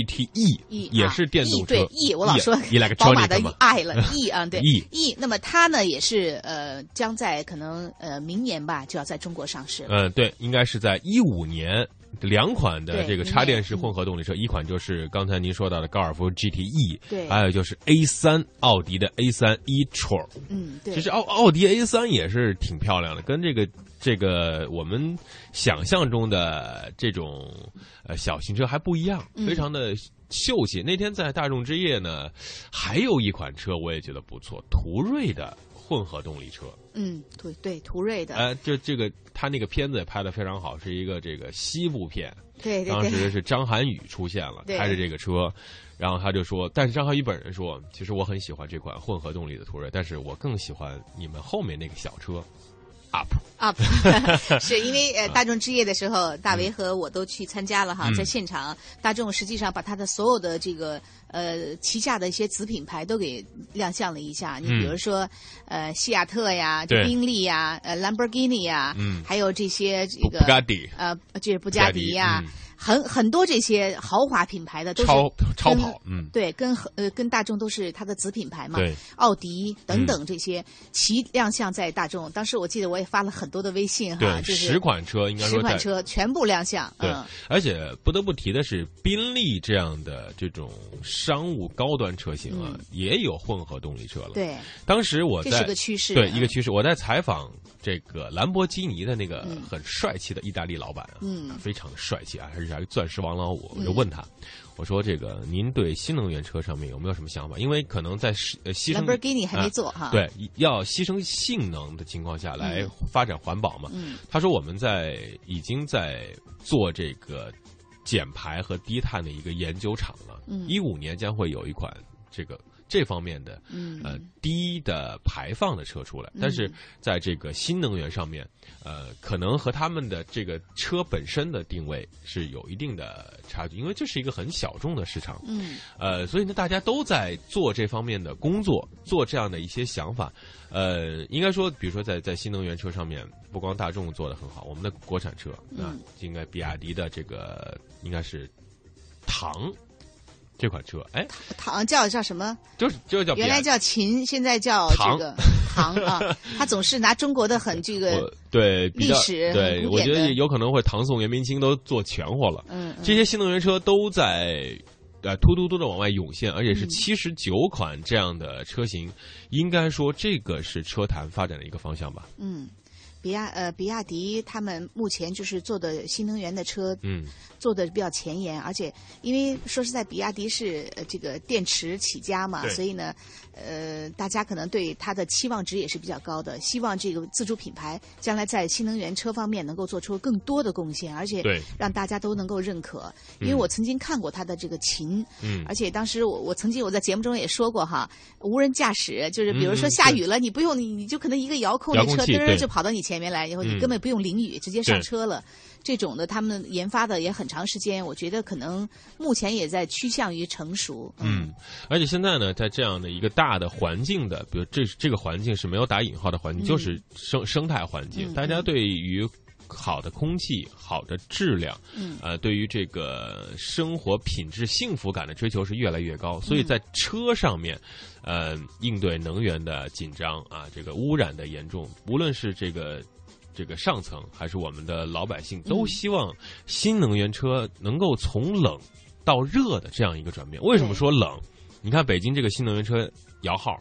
GTE，也是电动车。 对 E， 我老说宝马的 I 了 E 啊，对 E。那么它呢也是将在可能明年吧就要在中国上市了。 对，应该是在15年。2款的这个插电式混合动力车，一款就是刚才您说到的高尔夫 GTE， 对， 还有就是 A3， 奥迪的 A3 e-tron。 对， 其实奥迪 A3 也是挺漂亮的，跟这个我们想象中的这种小型车还不一样，非常的秀气。那天在大众之夜呢，还有一款车我也觉得不错，途锐的混合动力车。 对，途锐的。 就这个他那个片子也拍得非常好，是一个这个西部片。 对， 当时是张涵予出现了，开着这个车，然后他就说，但是张涵予本人说，其实我很喜欢这款混合动力的途锐，但是我更喜欢你们后面那个小车。up 是因为大众之夜的时候，大为和我都去参加了哈，在现场，大众实际上把它的所有的这个旗下的一些子品牌都给亮相了一下。你比如说西亚特呀，宾利呀，兰博基尼呀，还有这些这个布加迪， 就是布加迪呀。很多这些豪华品牌的都是超跑， 对，跟大众都是它的子品牌嘛， 对， 奥迪等等这些齐亮相在大众。当时我记得我也发了很多的微信哈，就是 10款车应该说 10款车全部亮相， 对，而且不得不提的是，宾利这样的这种商务高端车型啊，也有混合动力车了。 对， 当时我在这是个趋势， 对，一个趋势。我在采访这个兰博基尼的那个很帅气的意大利老板非常的帅气啊，还是钻石王老五。我就问他，我说这个您对新能源车上面有没有什么想法？因为可能在牺牲兰博基尼还没做哈， 对，要牺牲性能的情况下来发展环保嘛。他说我们已经在做这个减排和低碳的一个研究厂了。15年将会有一款这方面的低的排放的车出来，但是在这个新能源上面，可能和他们的这个车本身的定位是有一定的差距，因为这是一个很小众的市场，所以呢，大家都在做这方面的工作，做这样的一些想法，应该说，比如说在新能源车上面，不光大众做得很好，我们的国产车应该比亚迪的这个应该是唐。这款车， 唐叫什么？ 就叫原来叫秦，现在叫这个唐啊。他总是拿中国的很这个历史， 对，我觉得有可能会唐宋元明清都做全活了。这些新能源车都在突突的往外涌现，而且是79款这样的车型，应该说这个是车坛发展的一个方向吧。 比亚迪他们目前就是做的新能源的车，做的比较前沿，而且因为说实在，比亚迪是这个电池起家嘛，所以呢，大家可能对它的期望值也是比较高的，希望这个自主品牌将来在新能源车方面能够做出更多的贡献，而且让大家都能够认可。因为我曾经看过它的这个秦，而且当时我曾经在节目中也说过哈，无人驾驶就是比如说下雨了，你不用你就可能一个遥控，那车嘚就跑到你前面来，以后你根本不用淋雨，直接上车了。这种的他们研发的也很长时间，我觉得可能目前也在趋向于成熟。 而且现在呢，在这样的一个大的环境的，比如这个环境是没有打引号的环境，就是生态环境，大家对于好的空气、好的质量，对于这个生活品质、幸福感的追求是越来越高，所以在车上面，应对能源的紧张啊，这个污染的严重，无论是这个上层还是我们的老百姓，都希望新能源车能够从冷到热的这样一个转变。为什么说冷？你看北京这个新能源车摇号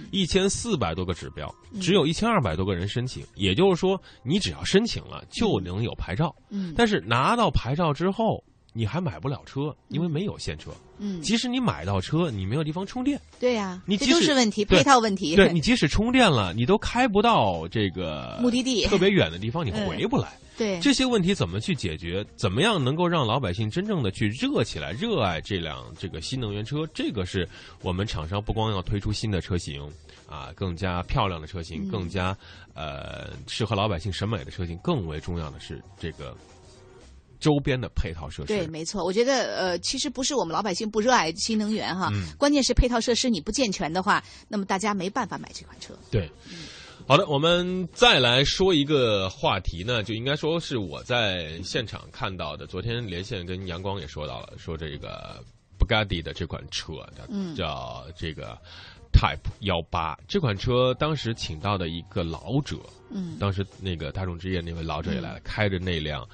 ，1400多个指标，只有1200多个人申请，也就是说，你只要申请了就能有牌照。但是拿到牌照之后，你还买不了车，因为没有现车。即使你买到车，你没有地方充电。 对呀， 这都是问题，配套问题。 对，你即使充电了，你都开不到这个目的地特别远的地方，你回不来。 对， 这些问题怎么去解决？怎么样能够让老百姓真正的去热起来、热爱这个新能源车？这个是我们厂商不光要推出新的车型啊，更加漂亮的车型，更加适合老百姓审美的车型，更为重要的是这个周边的配套设施。 对，没错。我觉得其实不是我们老百姓不热爱新能源哈，关键是配套设施你不健全的话，那么大家没办法买这款车。 对。好的，我们再来说一个话题呢，就应该说是我在现场看到的。昨天连线跟阳光也说到了，说这个布加迪的这款车，叫这个 Type 18，这款车当时请到的一个老者，当时那个大众之夜那位老者也来了，开着那辆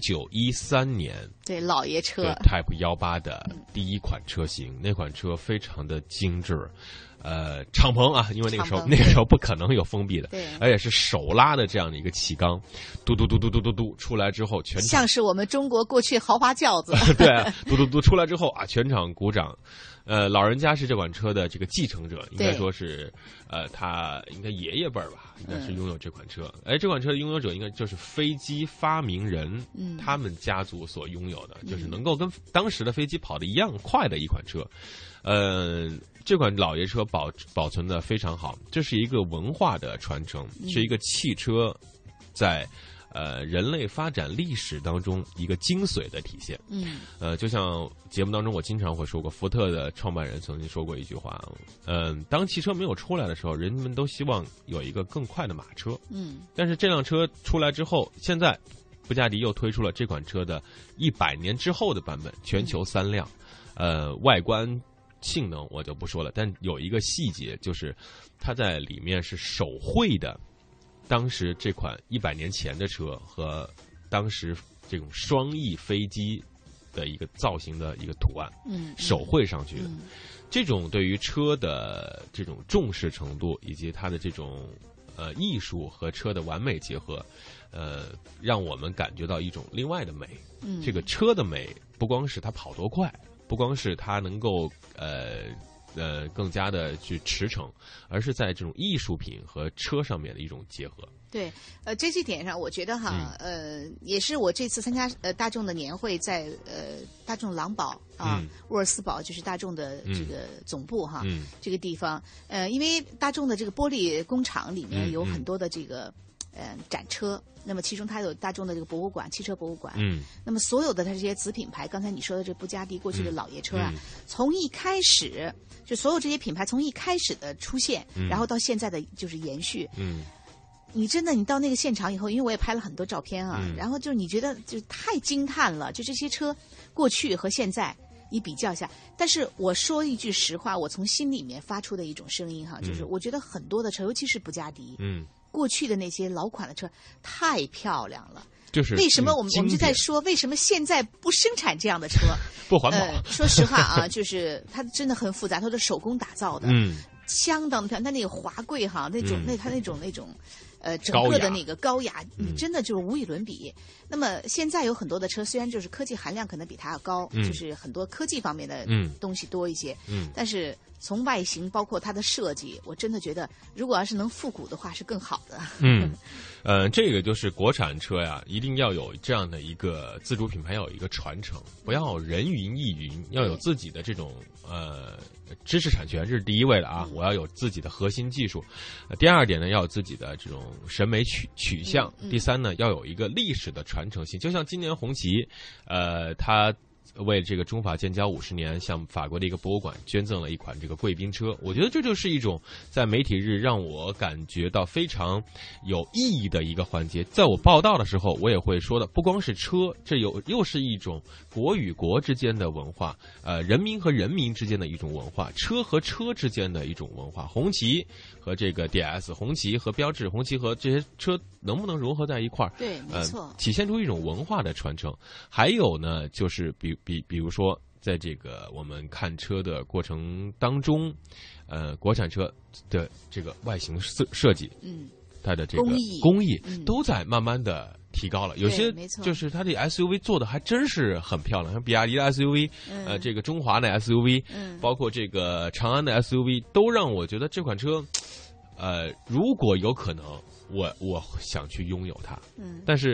1913年对老爷车对 Type 18的第一款车型，那款车非常的精致。敞篷啊，因为那个时候不可能有封闭的， 对， 而且是手拉的这样的一个气缸，嘟嘟嘟嘟嘟嘟嘟出来之后，全场像是我们中国过去豪华轿子， 对，嘟嘟嘟出来之后啊，全场鼓掌。老人家是这款车的这个继承者，应该说是他应该爷爷辈儿吧，应该是拥有这款车。这款车的拥有者应该就是飞机发明人，他们家族所拥有的，就是能够跟当时的飞机跑得一样快的一款车。这款老爷车保存的非常好，这是一个文化的传承，是一个汽车在人类发展历史当中一个精髓的体现。就像节目当中我经常会说过，福特的创办人曾经说过一句话，当汽车没有出来的时候，人们都希望有一个更快的马车。但是这辆车出来之后，现在布加迪又推出了这款车的100年之后的版本，全球3辆。外观性能我就不说了，但有一个细节，就是它在里面是手绘的当时这款100年前的车和当时这种双翼飞机的一个造型的一个图案，手绘上去的。这种对于车的这种重视程度，以及它的这种艺术和车的完美结合，让我们感觉到一种另外的美。这个车的美不光是它跑多快，不光是它能够更加的去驰骋，而是在这种艺术品和车上面的一种结合。 对，这几点上，我觉得哈，也是我这次参加大众的年会，在大众狼堡啊，沃尔斯堡就是大众的这个总部哈，这个地方，因为大众的这个玻璃工厂里面有很多的这个展车。那么其中它有大众的这个博物馆，汽车博物馆。那么所有的它这些子品牌，刚才你说的这布加迪过去的老爷车啊，从一开始就所有这些品牌从一开始的出现，然后到现在的就是延续。你真的，你到那个现场以后，因为我也拍了很多照片啊，然后就是你觉得就太惊叹了，就这些车过去和现在你比较一下。但是我说一句实话，我从心里面发出的一种声音哈，就是我觉得很多的车，尤其是布加迪，过去的那些老款的车太漂亮了。 就是为什么我们就在说，为什么现在不生产这样的车？ 不环保。 说实话啊，就是它真的很复杂，它是手工打造的，相当的漂亮。它那个华贵哈，那种它那种整个的那个高雅，真的就是无与伦比。那么现在有很多的车，虽然就是科技含量可能比它要高，就是很多科技方面的东西多一些，但是从外形包括它的设计，我真的觉得如果要是能复古的话是更好的。 这个就是国产车呀，一定要有这样的一个自主品牌，要有一个传承，不要人云亦云，要有自己的这种知识产权，这是第一位的啊。我要有自己的核心技术。第二点呢，要有自己的这种审美取向。第三呢，要有一个历史的传承性。就像今年红旗，它为这个中法建交50年，向法国的一个博物馆捐赠了一款这个贵宾车。我觉得这就是一种在媒体日让我感觉到非常有意义的一个环节。在我报道的时候，我也会说的，不光是车，这又是一种国与国之间的文化，人民和人民之间的一种文化，车和车之间的一种文化。红旗和这个 DS， 红旗和标致，红旗和这些车能不能融合在一块儿？ 对，没错， 体现出一种文化的传承。还有呢，就是比如说，在这个我们看车的过程当中，国产车的这个外形设计，它的这个工艺都在慢慢的提高了。有些就是它的 SUV 做的还真是很漂亮，像比亚迪的 SUV，这个中华的 SUV，包括这个长安的 SUV，都让我觉得这款车，如果有可能，我想去拥有它。但是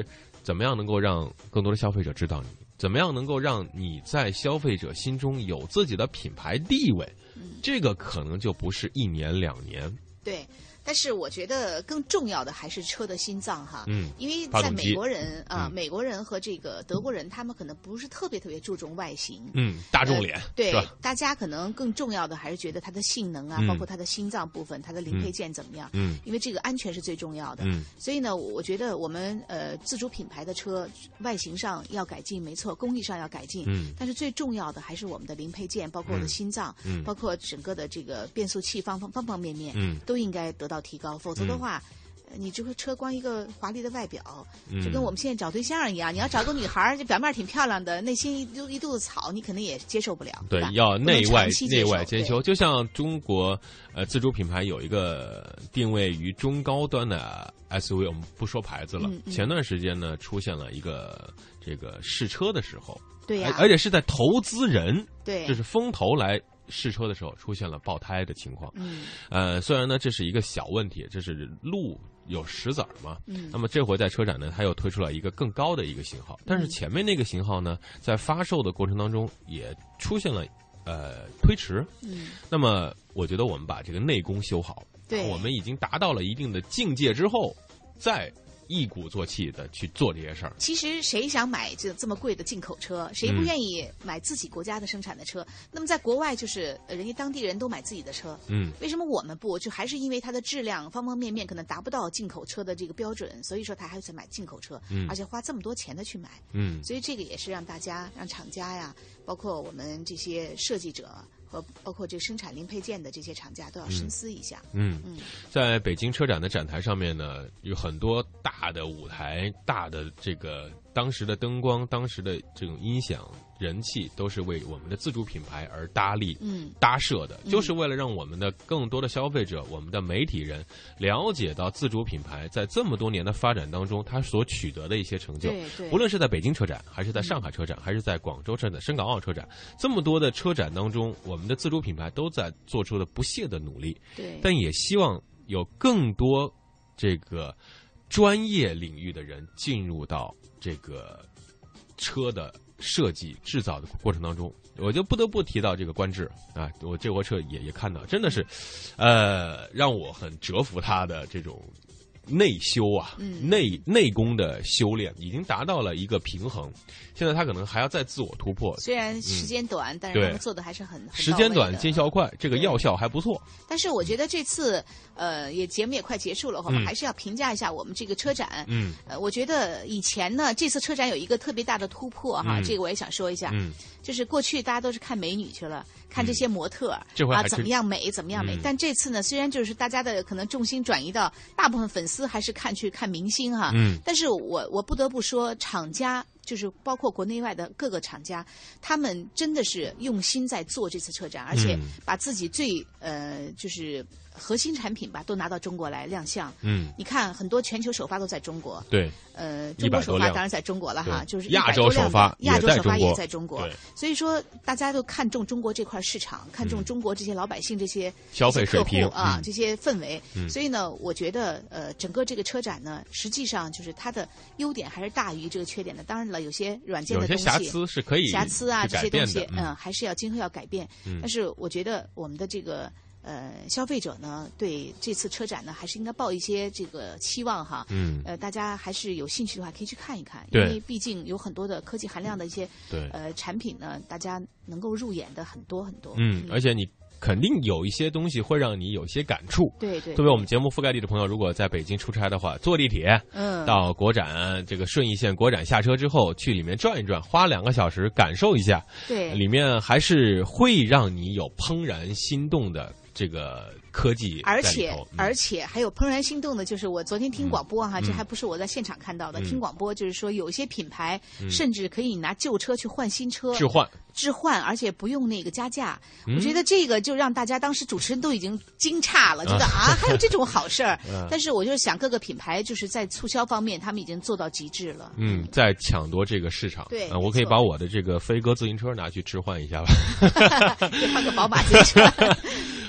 怎么样能够让更多的消费者知道你？怎么样能够让你在消费者心中有自己的品牌地位？这个可能就不是1年2年。 对。但是我觉得更重要的还是车的心脏哈，因为在美国人美国人和这个德国人，他们可能不是特别注重外形， 大众脸， 对，大家可能更重要的还是觉得它的性能啊，包括它的心脏部分，它的零配件怎么样，因为这个安全是最重要的，所以呢，我觉得我们自主品牌的车外形上要改进，没错，工艺上要改进，但是最重要的还是我们的零配件，包括我的心脏，包括整个的这个变速器方方面面，都应该得到提高，否则的话，你这个车光一个华丽的外表，就跟我们现在找对象一样，你要找个女孩，这表面挺漂亮的，内心一肚子草，你肯定也接受不了。 对，要内外兼修。就像中国自主品牌有一个定位于中高端的 SUV， 我们不说牌子了。前段时间呢，出现了一个这个试车的时候， 对呀， 而且是在投资人， 对， 就是风投来试车的时候出现了爆胎的情况。虽然呢这是一个小问题，这是路有石子儿嘛，那么这回在车展呢，它又推出了一个更高的一个型号，但是前面那个型号呢，在发售的过程当中也出现了推迟。那么我觉得我们把这个内功修好， 对， 我们已经达到了一定的境界之后，再一鼓作气的去做这些事儿。 其实谁想买这么贵的进口车，谁不愿意买自己国家的生产的车？那么在国外就是人家当地人都买自己的车，为什么我们不？就还是因为它的质量方方面面可能达不到进口车的这个标准，所以说他还在买进口车，而且花这么多钱的去买，所以这个也是让大家让厂家呀，包括我们这些设计者。和包括这生产零配件的这些厂家都要深思一下。 在北京车展的展台上面呢，有很多大的舞台、大的这个当时的灯光、当时的这种音响、人气，都是为我们的自主品牌而搭设的，就是为了让我们的更多的消费者、我们的媒体人了解到自主品牌在这么多年的发展当中，它所取得的一些成就。无论是在北京车展，还是在上海车展，还是在广州车展、深港澳车展，这么多的车展当中，我们的自主品牌都在做出了不懈的努力。但也希望有更多这个专业领域的人进入到这个车的设计制造的过程当中，我就不得不提到这个观致啊，我这回车也看到，真的是，让我很折服他的这种内修啊，内功的修炼已经达到了一个平衡。现在他可能还要再自我突破， 虽然时间短，但是他们做的还是很时间短见效快，这个药效还不错。 但是我觉得这次节目也快结束了，我们还是要评价一下我们这个车展。我觉得以前呢，这次车展有一个特别大的突破哈，这个我也想说一下。就是过去大家都是看美女去了，看这些模特啊怎么样美怎么样美，但这次呢，虽然就是大家的可能重心转移到大部分粉丝还是看明星哈，但是我不得不说，厂家就是包括国内外的各个厂家，他们真的是用心在做这次车展，而且把自己最就是核心产品吧都拿到中国来亮相。你看很多全球首发都在中国， 对， 中国首发当然在中国了哈，就是亚洲首发也在中国，所以说大家都看重中国这块市场，看重中国这些老百姓这些消费水平啊，这些氛围。所以呢，我觉得整个这个车展呢，实际上就是它的优点还是大于这个缺点的。当然了，有些软件的东西， 有些瑕疵是可以瑕疵啊这些东西，还是今后要改变。但是我觉得我们的这个消费者呢，对这次车展呢，还是应该抱一些这个期望哈。大家还是有兴趣的话，可以去看一看，因为毕竟有很多的科技含量的一些产品呢，大家能够入眼的很多很多。 而且你肯定有一些东西会让你有些感触。 对， 作为我们节目覆盖地的朋友，如果在北京出差的话，坐地铁，到国展这个顺义线国展下车之后，去里面转一转，花2个小时感受一下， 对， 里面还是会让你有怦然心动的这个科技在里头。 而且还有怦然心动的，就是我昨天听广播哈，这还不是我在现场看到的，听广播就是说有些品牌甚至可以拿旧车去换新车，置换，而且不用那个加价。我觉得这个就让大家当时主持人都已经惊诧了，觉得还有这种好事儿。但是我就想各个品牌就是在促销方面，他们已经做到极致了。 在抢夺这个市场。 对， 我可以把我的这个飞鸽自行车拿去置换一下吧。 就换个宝马自行车。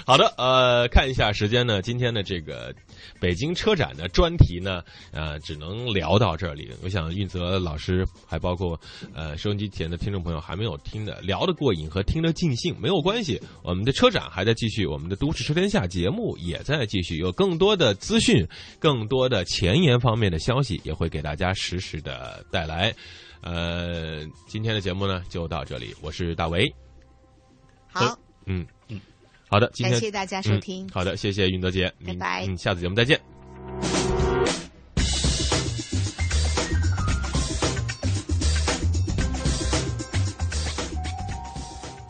好的，看一下时间呢，今天的这个北京车展的专题呢，只能聊到这里。我想运泽老师还包括收音机前的听众朋友还没有听的聊得过瘾和听得尽兴，没有关系，我们的车展还在继续，我们的都市车天下节目也在继续，有更多的资讯，更多的前沿方面的消息也会给大家实时的带来。今天的节目呢就到这里，我是大为。 好， 好的，今天感谢大家收听。 好的，谢谢运泽姐， 拜拜， 下次节目再见。